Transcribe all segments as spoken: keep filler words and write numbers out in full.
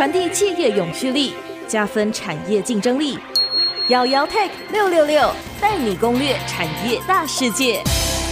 传递企业永续力，加分产业竞争力。瑶瑶 Tech 六六六带你攻略产业大世界。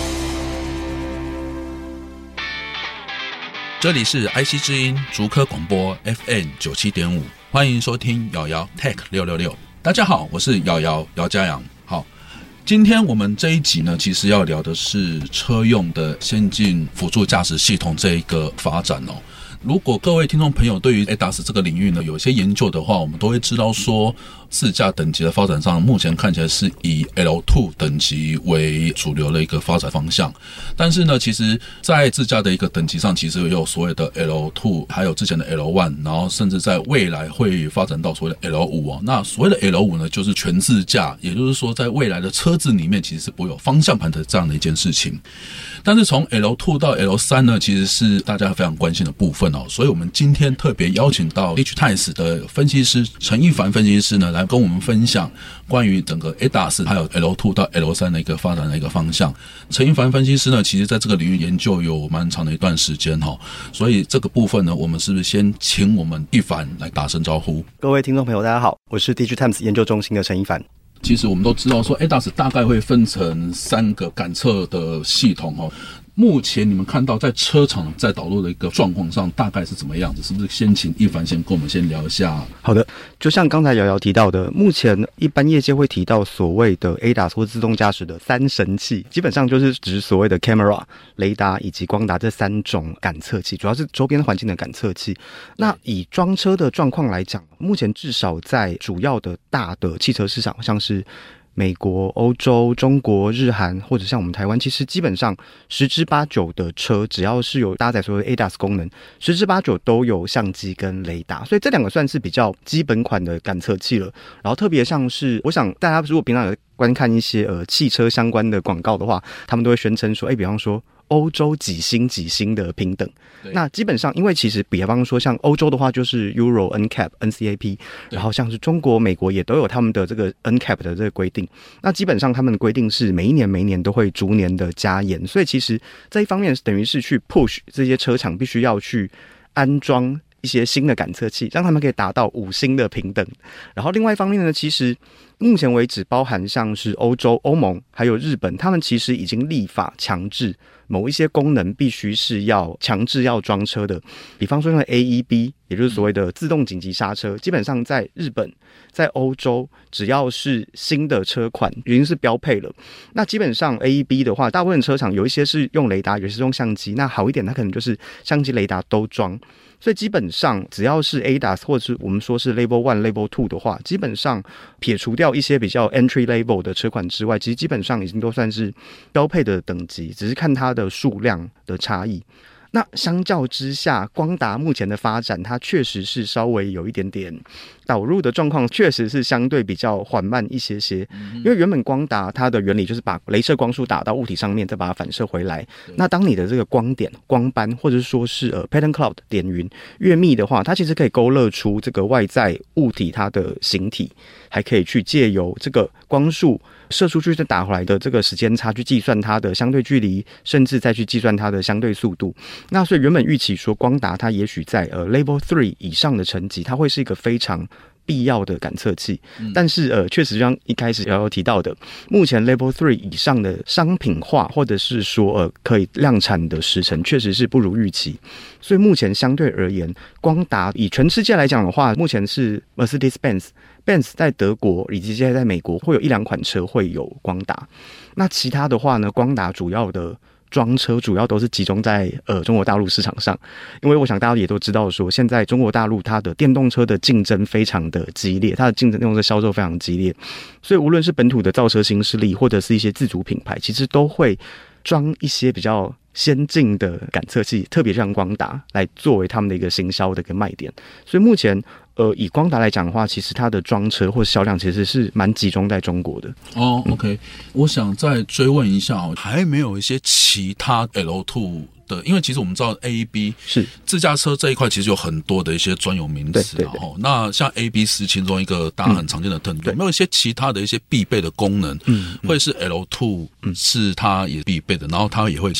这里是 I C 之音竹科广播 F M 九十七点五，欢迎收听瑶瑶 Tech 六六六。大家好，我是瑶瑶姚家阳。好，今天我们这一集呢，其实要聊的是车用的先进辅助驾驶系统这一个发展哦。如果各位听众朋友对于 A D A S 这个领域呢有一些研究的话，我们都会知道说自驾等级的发展上，目前看起来是以 L 二 等级为主流的一个发展方向。但是呢，其实在自驾的一个等级上，其实也有所谓的 L 二，还有之前的 L 一，然后甚至在未来会发展到所谓的 L 五哦。那所谓的 L 五呢，就是全自驾，也就是说在未来的车子里面其实是不会有方向盘的这样的一件事情。但是从 L 二 到 L 三 呢，其实是大家非常关心的部分哦。所以我们今天特别邀请到 Digitimes 的分析师陈一凡分析师呢，来跟我们分享关于整个 A D A S 还有 L 二 到 L 三 的一个发展的一个方向。陈一凡分析师呢，其实在这个领域研究有蛮长的一段时间哈，所以这个部分呢，我们是不是先请我们一凡来打声招呼？ 各位听众朋友，大家好，我是 Digitimes 研究中心的陈一凡。 其实我们都知道说 A D A S 大概会分成三个感测的系统哦。目前你们看到在车厂在导入的一个状况上大概是怎么样子？是不是先请一凡先跟我们先聊一下？ 好的，就像刚才瑶瑶提到的，目前一般业界会提到所谓的 A D A S 或自动驾驶的三神器，基本上就是指所谓的 camera、雷达以及光达这三种感测器，主要是周边环境的感测器。那以装车的状况来讲，目前至少在主要的大的汽车市场，像是美国、欧洲、中国、日韩，或者像我们台湾，其实基本上十之八九的车，只要是有搭载所谓的 A D A S 功能，十之八九都有相机跟雷达，所以这两个算是比较基本款的感测器了。然后特别像是，我想大家如果平常有观看一些呃汽车相关的广告的话，他们都会宣称说，哎，比方说欧洲几星几星的平等。那基本上因为其实比方说像欧洲的话就是 Euro N C A P N C A P， 然后像是中国美国也都有他们的这个 N C A P 的这个规定。那基本上他们的规定是每一年每一年都会逐年的加严，所以其实这一方面等于是去 push 这些车厂必须要去安装一些新的感测器，让他们可以达到五星的平等。然后另外一方面呢，其实目前为止包含像是欧洲、欧盟还有日本，他们其实已经立法强制某一些功能必须是要强制要装车的，比方说像 A E B， 也就是所谓的自动紧急刹车，基本上在日本在欧洲只要是新的车款已经是标配了。那基本上 A E B 的话，大部分车厂有一些是用雷达，有些是用相机，那好一点它可能就是相机雷达都装。所以基本上只要是 A D A S 或者是我们说是 Level 一 Level 二的话，基本上撇除掉一些比较 entry level 的车款之外，其实基本上已经都算是标配的等级，只是看它的数量的差异。那相较之下，光达目前的发展，它确实是稍微有一点点导入的状况，确实是相对比较缓慢一些些。因为原本光达它的原理就是把雷射光束打到物体上面，再把它反射回来。那当你的这个光点、光斑，或者说是呃 pattern cloud 点云越密的话，它其实可以勾勒出这个外在物体它的形体，还可以去借由这个光束射出去再打回来的这个时间差去计算它的相对距离，甚至再去计算它的相对速度。那所以原本预期说光达它也许在呃 Level 三以上的层级，它会是一个非常必要的感测器，嗯、但是呃，确实像一开始瑶瑶提到的，目前 Level 三以上的商品化或者是说呃可以量产的时程，确实是不如预期。所以目前相对而言，光达以全世界来讲的话，目前是 Mercedes-Benz。Benz 在德国以及现在在美国会有一两款车会有光达，那其他的话呢，光达主要的装车主要都是集中在呃中国大陆市场上，因为我想大家也都知道说，现在中国大陆它的电动车的竞争非常的激烈，它的竞争电动车销售非常激烈，所以无论是本土的造车新势力或者是一些自主品牌，其实都会装一些比较先进的感测器，特别像光达来作为他们的一个行销的一个卖点。所以目前呃，以光达来讲的话，其实它的装车或销量其实是蛮集中在中国的。 哦 ，OK， 我想再追问一下哦，还没有一些其他 L 二的，因为其实我们知道 A E B 是自驾车这一块其实有很多的一些专有名词， 对对对， 那像 A B 是其中一个大家很常见的特点，有没有一些其他的一些必备的功能，嗯，会是 L 二、嗯、是它也必备的，然后它也会像是跟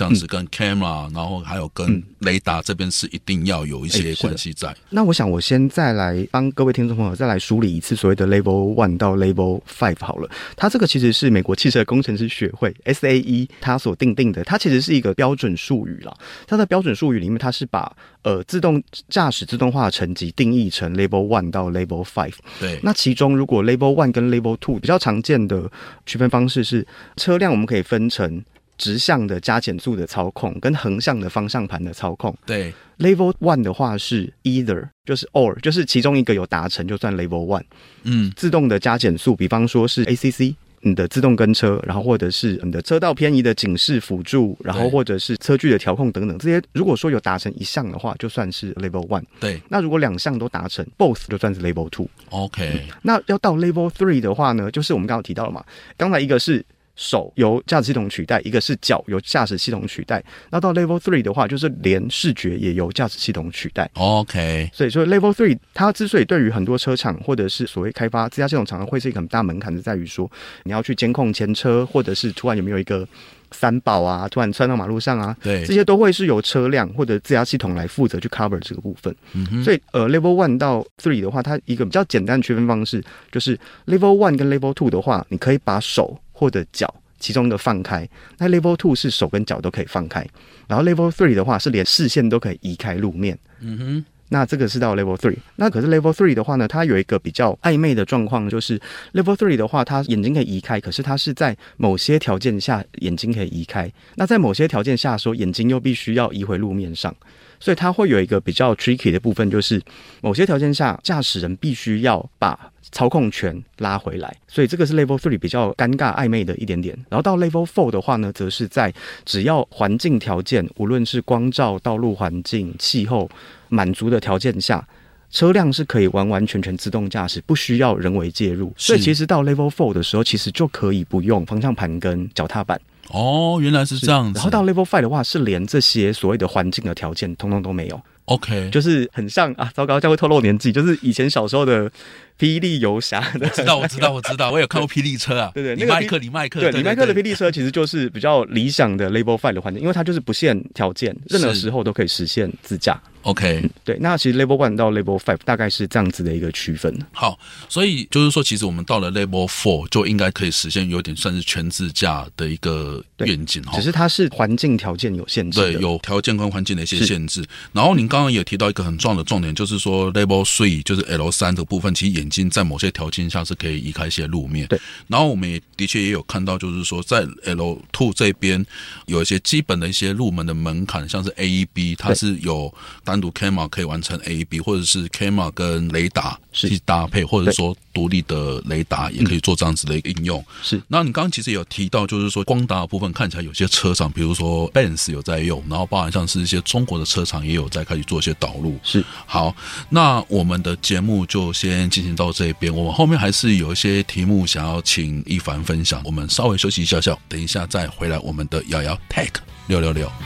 camera， 然后还有跟雷达这边是一定要有一些关系在、嗯欸、 那我想我先再来帮各位听众朋友再来梳理一次所谓的 Level one 到 Level five 好了。它这个其实是美国汽车工程师学会 S A E 它所定定的，它其实是一个标准术语啦。它的标准术语里面，它是把呃自动驾驶自动化层级定义成 Level one 到 Level five。 对， 那其中如果 Level one 跟 Level two 比较常见的区分方式是，车辆我们可以分成直向的加减速的操控跟横向的方向盘的操控。 对 ，Level one 的话是 either， 就是 or， 就是其中一个有达成就算 Level one。嗯，自动的加减速，比方说是 A C C。你的自动跟车，然后或者是你的车道偏移的警示辅助，然后或者是车距的调控等等，这些如果说有达成一项的话，就算是 Level one。对，那如果两项都达成 ，both 就算是 Level two。OK，、嗯、那要到 Level three 的话呢，就是我们刚刚提到了嘛，刚才一个是手由驾驶系统取代，一个是脚由驾驶系统取代。那到 Level three 的话，就是连视觉也由驾驶系统取代。OK， 所以说 Level three 它之所以对于很多车厂或者是所谓开发自驾系统厂商会是一个很大门槛，是在于说你要去监控前车，或者是突然有没有一个三宝啊，突然窜到马路上啊，对，这些都会是由车辆或者自驾系统来负责去 cover 这个部分。嗯、所以呃 Level one 到 three 的话，它一个比较简单的区分方式就是 Level one 跟 Level two 的话，你可以把手或者脚其中一个放开，那 Level two 是手跟脚都可以放开，然后 Level three 的话是连视线都可以移开路面。嗯哼，那这个是到 Level three。那可是 Level three 的话呢，它有一个比较暧昧的状况，就是 Level three 的话，它眼睛可以移开，可是它是在某些条件下眼睛可以移开，那在某些条件下说眼睛又必须要移回路面上。所以它会有一个比较 tricky 的部分，就是某些条件下驾驶人必须要把操控权拉回来，所以这个是 Level three 比较尴尬暧昧的一点点。然后到 Level four 的话呢，则是在只要环境条件，无论是光照、道路环境、气候满足的条件下，车辆是可以完完全全自动驾驶，不需要人为介入。所以其实到 Level four 的时候，其实就可以不用方向盘跟脚踏板。哦，原来是这样子。然后到 Level five 的话，是连这些所谓的环境的条件通通都没有。OK， 就是很像啊，糟糕，这样会透露年纪，就是以前小时候的霹雳游侠的。我知道，我知道，我知道，我有看过霹雳车啊。对对，李麦克，李麦克，对，李麦克的霹雳车其实就是比较理想的 Level five 的环境，因为它就是不限条件，任何时候都可以实现自驾。OK，嗯、对，那其实 Level one 到 Level five 大概是这样子的一个区分。好，所以就是说，其实我们到了 Level four 就应该可以实现有点算是全自驾的一个愿景，只是它是环境条件有限制的，对，有条件跟环境的一些限制。然后您刚刚也提到一个很重要的重点，就是说 Level three 就是 L three 的部分，其实眼睛在某些条件下是可以移开一些路面。对，然后我们也的确也有看到，就是说在 L two 这边有一些基本的一些入门的门槛，像是 A E B， 它是有单独 camera 可以完成 A E B， 或者是 camera 跟雷达去搭配，或者说独立的雷达也可以做这样子的一个应用。是，那你刚刚其实有提到，就是说光达的部分看起来有些车厂，比如说 Benz 有在用，然后包含像是一些中国的车厂也有在开始做一些导入。是，好，那我们的节目就先进行到这边，我们后面还是有一些题目想要请一凡分享，我们稍微休息一下下，等一下再回来我们的瑶瑶 Tech 六六六。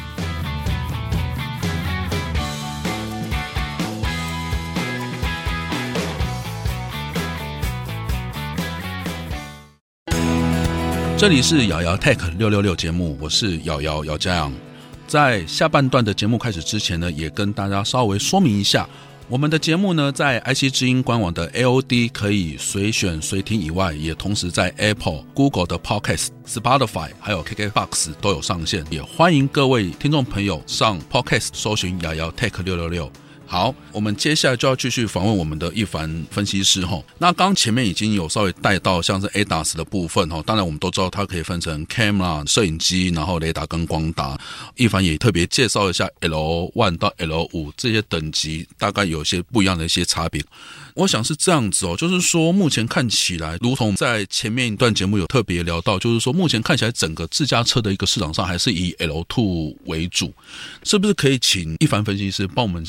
这里是瑶瑶 Tech 六六六节目，我是瑶瑶姚嘉阳。在下半段的节目开始之前呢，也跟大家稍微说明一下，我们的节目呢，在 I C 之音官网的 A O D 可以随选随听以外，也同时在 Apple、Google 的 Podcast、Spotify 还有 K K Box 都有上线，也欢迎各位听众朋友上 Podcast 搜寻瑶瑶 Tech 六六六。好，我们接下来就要继续访问我们的一凡分析师齁。那刚前面已经有稍微带到像是 A D A S 的部分齁，当然我们都知道它可以分成 camera 摄影机，然后雷达跟光达。一凡也特别介绍一下 L one 到 L five 这些等级大概有些不一样的一些差别。我想是这样子哦，就是说目前看起来，如同在前面一段节目有特别聊到，就是说目前看起来整个自驾车的一个市场上还是以 L two 为主，是不是可以请一凡分析师帮我们稍微也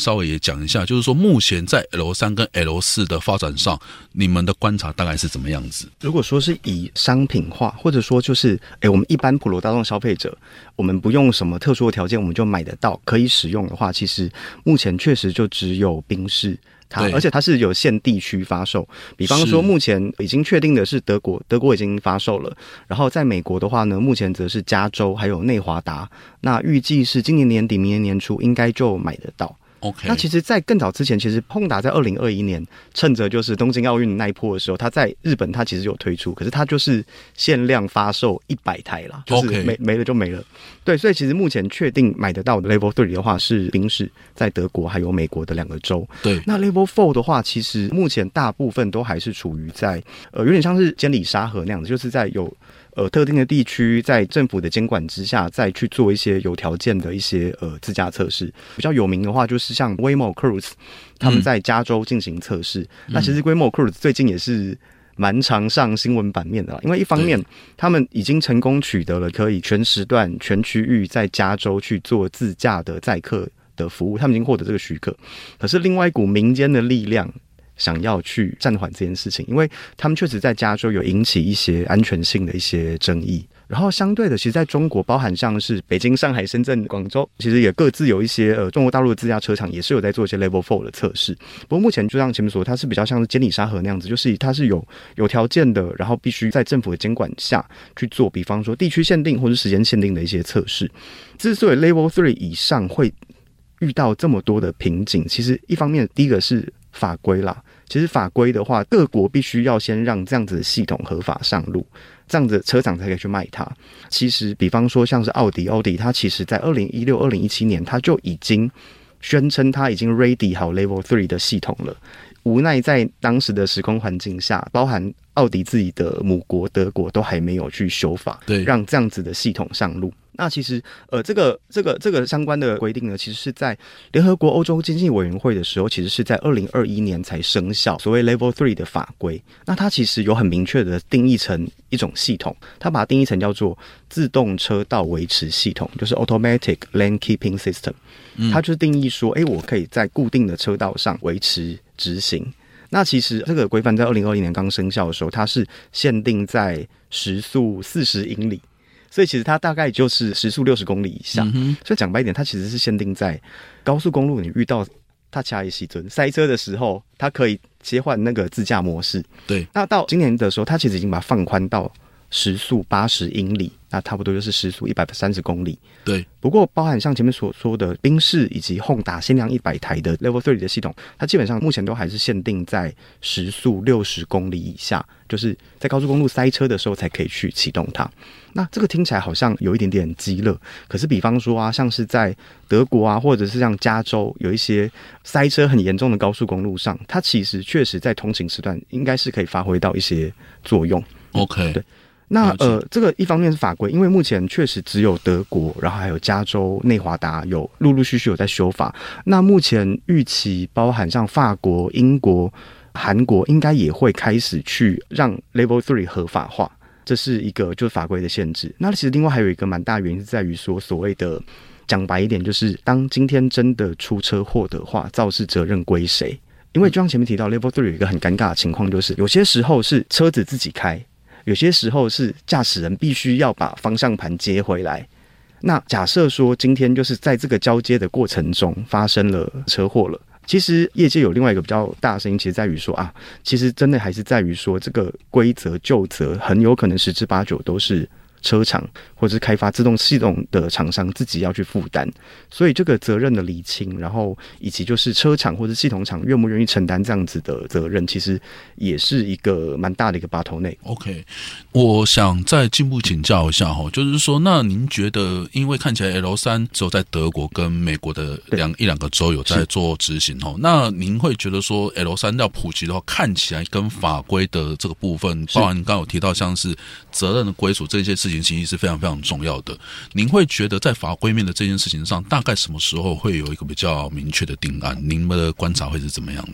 讲一下，就是说目前在 L 三 跟 L 四 的发展上，你们的观察大概是怎么样子？ 如果说是以商品化，或者说就是诶我们一般普罗大众消费者，我们不用什么特殊的条件我们就买得到可以使用的话，其实目前确实就只有宾士，它而且它是有限地区发售，比方说目前已经确定的是德国，德国已经发售了，然后在美国的话呢，目前则是加州还有内华达，那预计是今年年底明年年初应该就买得到。 Okay. 那其实在更早之前，其实 Honda 在二零二一年趁着就是东京奥运那一波的时候，它在日本它其实有推出，可是它就是限量发售一百台啦，就是没没了就没了。对，所以其实目前确定买得到的 Level 三的话是宾士在德国还有美国的两个州。 对， 那 Level 四的话，其实目前大部分都还是处于在呃有点像是监理沙盒那样子，就是在有呃，特定的地区在政府的监管之下，再去做一些有条件的一些呃自驾测试。比较有名的话，就是像 Waymo Cruise， 他们在加州进行测试。嗯、那其实 Waymo Cruise 最近也是蛮常上新闻版面的啦，因为一方面他们已经成功取得了可以全时段、全区域在加州去做自驾的载客的服务，他们已经获得这个许可。可是另外一股民间的力量想要去暂缓这件事情，因为他们确实在加州有引起一些安全性的一些争议。然后相对的，其实在中国，包含像是北京、上海、深圳、广州，其实也各自有一些呃中国大陆的自驾车厂也是有在做一些 Level 四的测试。不过目前就像前面说，它是比较像是监理沙盒那样子，就是它是有有条件的，然后必须在政府的监管下去做，比方说地区限定或是时间限定的一些测试。之所以 Level 三以上会遇到这么多的瓶颈，其实一方面第一个是法规啦，其实法规的话，各国必须要先让这样子的系统合法上路，这样子车厂才可以去卖它。其实比方说像是奥迪，奥迪它其实在二零一六、二零一七年它就已经宣称它已经 ready 好 Level 三的系统了，无奈在当时的时空环境下，包含奥迪自己的母国德国都还没有去修法，对，让这样子的系统上路。那其实呃，这个这个这个相关的规定呢，其实是在联合国欧洲经济委员会的时候，其实是在二零二一年才生效所谓 Level 三的法规。那它其实有很明确的定义成一种系统，它把它定义成叫做自动车道维持系统，就是 Automatic Lane Keeping System。它就是定义说，哎，我可以在固定的车道上维持执行。那其实这个规范在二零二一年刚生效的时候，它是限定在时速四十英里。所以其实它大概就是时速六十公里以下、嗯、所以讲白一点，它其实是限定在高速公路你遇到它掐一西尊塞车的时候，它可以切换那个自驾模式。对，那到今年的时候，它其实已经把它放宽到时速八十英里，那差不多就是时速一百三十公里。对，不过包含像前面所说的宾士以及 Honda 限量一百台的 Level 三的系统，它基本上目前都还是限定在时速六十公里以下，就是在高速公路塞车的时候才可以去启动它。那这个听起来好像有一点点鸡肋，可是比方说啊，像是在德国啊，或者是像加州有一些塞车很严重的高速公路上，它其实确实在通勤时段应该是可以发挥到一些作用。OK， 对。那呃，这个一方面是法规，因为目前确实只有德国，然后还有加州、内华达有陆陆续续有在修法。那目前预期包含像法国、英国、韩国，应该也会开始去让 Level 三合法化。这是一个就是法规的限制。那其实另外还有一个蛮大原因是在于说，所谓的讲白一点，就是当今天真的出车祸的话，肇事责任归谁？因为就像前面提到 Level 三有一个很尴尬的情况，就是有些时候是车子自己开，有些时候是驾驶人必须要把方向盘接回来。那假设说今天就是在这个交接的过程中发生了车祸了，其实业界有另外一个比较大的声音，其实在于说啊，其实真的还是在于说这个规则究责很有可能十之八九都是车厂或者是开发自动系统的厂商自己要去负担，所以这个责任的厘清，然后以及就是车厂或者系统厂愿不愿意承担这样子的责任，其实也是一个蛮大的一个 bottleneck。 OK， 我想再进一步请教一下，就是说那您觉得，因为看起来 L 三 只有在德国跟美国的两一两个州有在做执行，那您会觉得说 L 三 要普及的话，看起来跟法规的这个部分，包含刚刚有提到像是责任的归属这些事情其实是非常非常重要的。您会觉得在法规面的这件事情上，大概什么时候会有一个比较明确的定案？您们的观察会是怎么样子？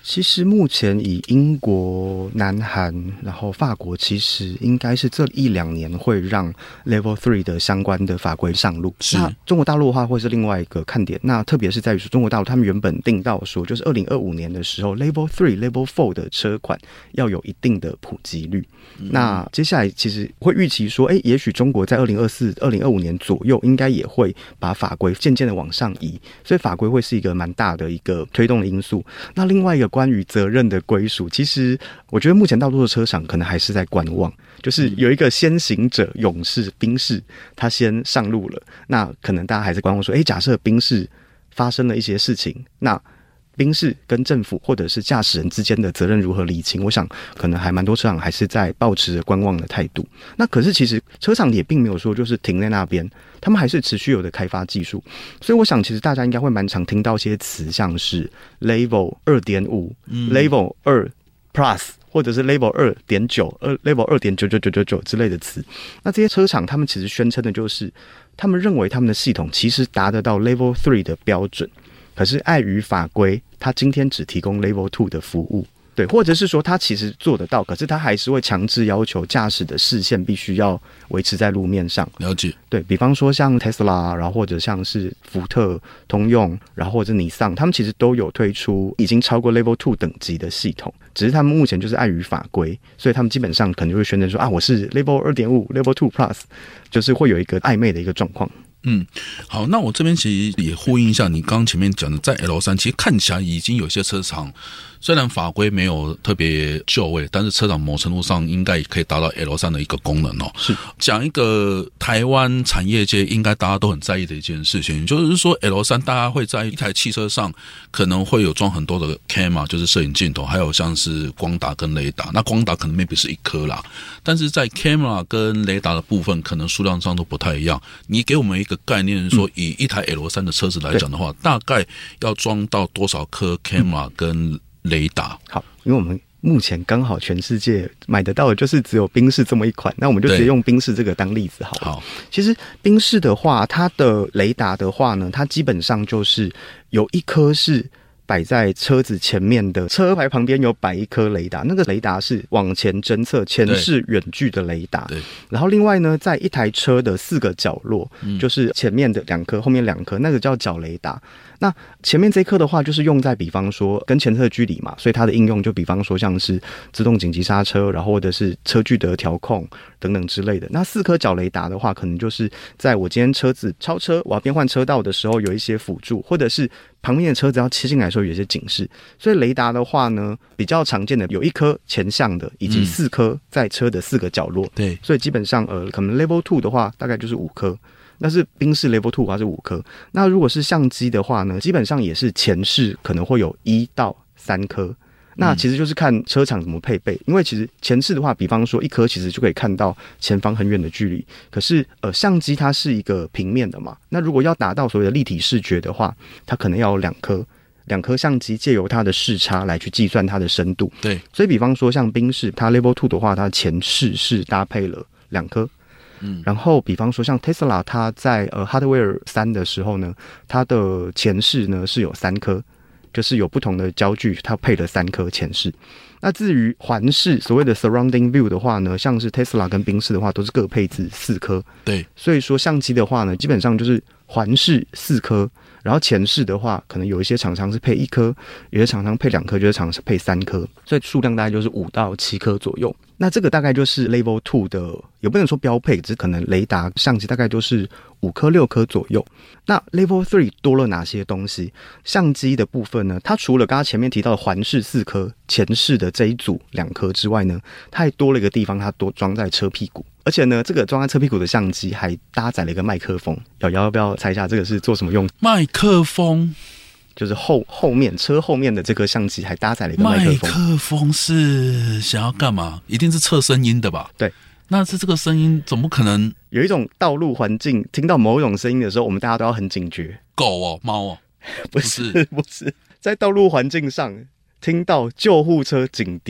其实目前以英国、南韩，然后法国，其实应该是这一两年会让 Level 三的相关的法规上路。 是。 那中国大陆的话会是另外一个看点，那特别是在于说中国大陆他们原本定到说，就是二零二五年的时候 Level 三、Level 四的车款要有一定的普及率。嗯、那接下来其实会预期说，哎，也许中国在二零二四、二零二五年左右，应该也会把法规渐渐的往上移，所以法规会是一个蛮大的一个推动的因素。那另外一个关于责任的归属，其实我觉得目前大多数车厂可能还是在观望，就是有一个先行者勇士宾士，他先上路了，那可能大家还是观望说，哎，假设宾士发生了一些事情，那宾士跟政府或者是驾驶人之间的责任如何厘清，我想可能还蛮多车厂还是在抱持着观望的态度。那可是其实车厂也并没有说就是停在那边，他们还是持续有的开发技术，所以我想其实大家应该会蛮常听到一些词，像是 Level 二点五、嗯、Level 二 Plus 或者是 Level 二点九、Level 二点九九九九九之类的词。那这些车厂他们其实宣称的就是他们认为他们的系统其实达得到 Level 三的标准，可是碍于法规，他今天只提供 Level 二的服务，对，或者是说他其实做得到，可是他还是会强制要求驾驶的视线必须要维持在路面上。 了解， 对，比方说像 Tesla， 然后或者像是福特、通用，然后或者尼桑，他们其实都有推出已经超过 Level 二等级的系统，只是他们目前就是碍于法规，所以他们基本上可能就会宣称说啊，我是 Level 二点五、Level 二 Plus， 就是会有一个暧昧的一个状况。 嗯，好，那我这边其实也呼应一下你刚刚前面讲的，在 L 三 其实看起来已经有些车厂虽然法规没有特别就位，但是车厂某程度上应该也可以达到 L 三 的一个功能哦。 是讲一个台湾产业界应该大家都很在意的一件事情，就是说 L 三 大家会在一台汽车上可能会有装很多的 camera， 就是摄影镜头，还有像是光达跟雷达。那光达可能 maybe 是一颗啦，但是在 camera 跟雷达的部分可能数量上都不太一样。你给我们一个概念说，以一台 L 三 的车子来讲的话，大概要装到多少颗 camera 跟雷达？ 好，因为我们目前刚好全世界买得到的就是只有宾士这么一款，那我们就直接用宾士这个当例子好了。好，其实宾士的话，它的雷达的话呢，它基本上就是有一颗是摆在车子前面的车牌旁边有摆一颗雷达，那个雷达是往前侦测前视远距的雷达。对。然后另外呢，在一台车的四个角落，嗯、就是前面的两颗，后面两颗，那个叫角雷达。那前面这一颗的话，就是用在比方说跟前车距离嘛，所以它的应用就比方说像是自动紧急刹车，然后或者是车距的调控等等之类的。那四颗角雷达的话，可能就是在我今天车子超车，我要变换车道的时候有一些辅助，或者是旁边的车子要切进来的时候有一些警示。所以雷达的话呢，比较常见的有一颗前向的，以及四颗在车的四个角落。对、嗯，所以基本上呃，可能 Level 二的话大概就是五颗。那是宾士 Level 二的话是五颗，那如果是相机的话呢，基本上也是前视可能会有一到三颗。那其实就是看车厂怎么配备，因为其实前视的话，比方说一颗其实就可以看到前方很远的距离，可是呃相机它是一个平面的嘛，那如果要达到所谓的立体视觉的话，它可能要有两颗。两颗相机借由它的视差来去计算它的深度。对，所以比方说像宾士，它 Level 二的话，它前视是搭配了两颗。嗯，然后比方说像 Tesla， 它在呃 Hardware 三的时候呢，它的前视呢是有三颗，就是有不同的焦距，它配了三颗前视。那至于环视，所谓的 Surrounding View 的话呢，像是 Tesla 跟宾士的话，都是各配置四颗。对，所以说相机的话呢，基本上就是环视四颗。然后前视的话，可能有一些厂商是配一颗，有些厂商配两颗，有些厂商配三颗，所以数量大概就是五到七颗左右。那这个大概就是 Level 二的，也不能说标配，只是可能雷达、相机大概都是五颗、六颗左右。那 Level 三多了哪些东西？相机的部分呢，它除了刚刚前面提到的环视四颗、前视的这一组两颗之外呢，它还多了一个地方，它多装在车屁股。而且呢，这个装在车屁股的相机还搭载了一个麦克风。瑶瑶要不要猜一下这个是做什么用？麦克风就是后后面车后面的这个相机还搭载了一个麦克风。麦克风是想要干嘛？一定是测声音的吧？对。那是这个声音怎么可能？有一种道路环境，听到某种声音的时候，我们大家都要很警觉。狗哦，猫哦，不是不是，在道路环境上听到救护车警笛。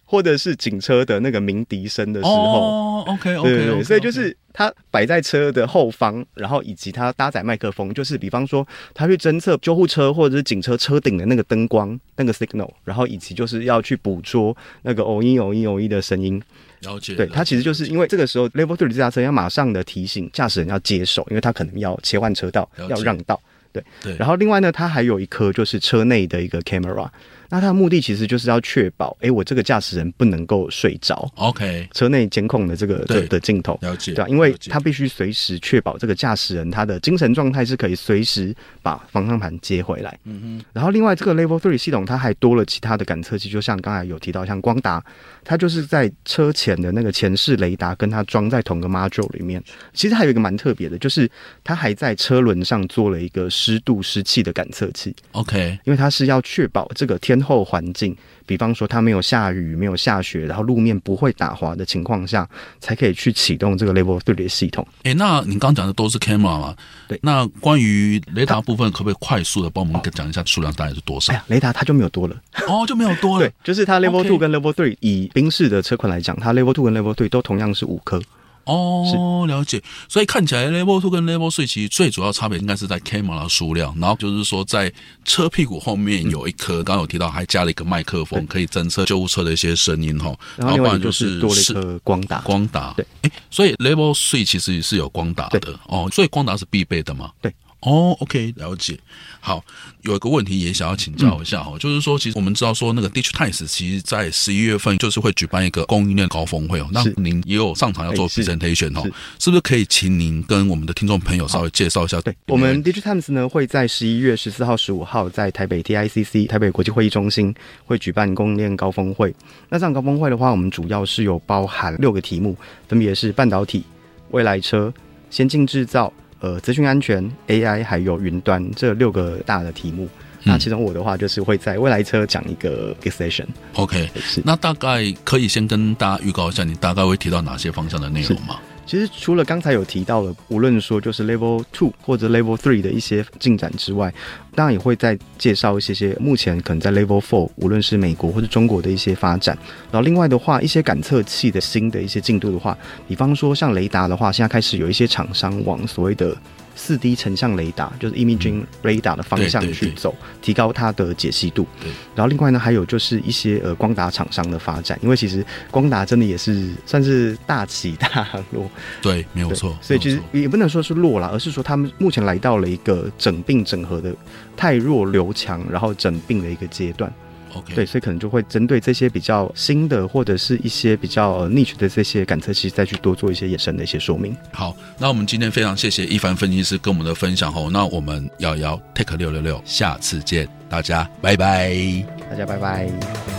或者是警车的那个鸣笛声的时候。 哦 ，OK OK， 对对对， okay, 所以就是它摆在车的后方，然后以及它搭载麦克风，就是比方说它去侦测救护车或者是警车车顶的那个灯光那个 signal， 然后以及就是要去捕捉那个偶一偶一偶一的声音。 了解， 对，它其实就是因为这个时候 Level 三 这架车要马上的提醒驾驶人要接手，因为他可能要切换车道，要让道。对，对。然后另外呢，它还有一颗就是车内的一个 camera。那它的目的其实就是要确保，哎，我这个驾驶人不能够睡着。 OK， 车内监控的这个 的, 的镜头， 了解， 对吧？因为它必须随时确保这个驾驶人他的精神状态是可以随时把方向盘接回来。嗯哼。然后另外这个 Level 三 系统它还多了其他的感测器，就像刚才有提到，像光达，它就是在车前的那个前视雷达跟它装在同个 module 里面。其实还有一个蛮特别的，就是它还在车轮上做了一个湿度湿气的感测器。 OK， 因为它是要确保这个天候环境，比方说它没有下雨、没有下雪，然后路面不会打滑的情况下，才可以去启动这个 Level 三 的系统。 哎，那你刚讲的都是 camera 嘛？ 对。 那关于雷达部分，可不可以快速的帮我们讲一下数量大概是多少？ 哎呀，雷达它就没有多了。 哦，就没有多了。 对，就是它 Level 二跟 Level 三，以宾士的车款来讲，它 Level 二跟 Level 三都同样是五颗。 哦，了解。所以看起来 Level 二跟 Level 三其实最主要差别应该是在 camera 的数量，然后就是说在车屁股后面有一颗，刚刚有提到还加了一个麦克风，可以侦测救护车的一些声音哈。 然后另外就是多了一颗光达。 光达， 对。 哎，所以 Level 三其实是有光达的哦，所以光达是必备的吗？ 对。 哦 ，OK， 了解。好，有一个问题也想要请教一下哈、嗯，就是说，其实我们知道说那个 Digitize 其实在十一月份就是会举办一个供应链高峰会哦，那您也有上场要做 presentation 哦，是不是可以请您跟我们的听众朋友稍微介绍一下？ 对，我们 Digitimes 呢会在十一月十四号、十五号在台北 T I C C 台北国际会议中心会举办供应链高峰会。那这场高峰会的话，我们主要是有包含六个题目，分别是半导体、未来车、先进制造。呃，资讯安全、A I 还有云端这六个大的题目。嗯、那其中我的话就是会在未来车讲一个 session。OK， 那大概可以先跟大家预告一下，你大概会提到哪些方向的内容吗？ 其实除了刚才有提到的，无论说就是 Level 二或者 Level 三的一些进展之外，当然也会再介绍一些些目前可能在 Level 四，无论是美国或者中国的一些发展。然后另外的话，一些感测器的新的一些进度的话，比方说像雷达的话，现在开始有一些厂商往所谓的四 D 成像雷达，就是 imaging radar 的方向去走，提高它的解析度。然后另外呢，还有就是一些呃光达厂商的发展，因为其实光达真的也是算是大起大落。 对，没有错。 所以其实也不能说是弱啦，而是说他们目前来到了一个整并整合的太弱留强，然后整并的一个阶段。 Okay. 对，所以可能就会针对这些比较新的或者是一些比较呃 niche 的这些感测器，再去多做一些衍生的一些说明。 好，那我们今天非常谢谢一帆分析师跟我们的分享吼，那我们瑶瑶 Tech 六六六下次见，大家拜拜， 大家拜拜。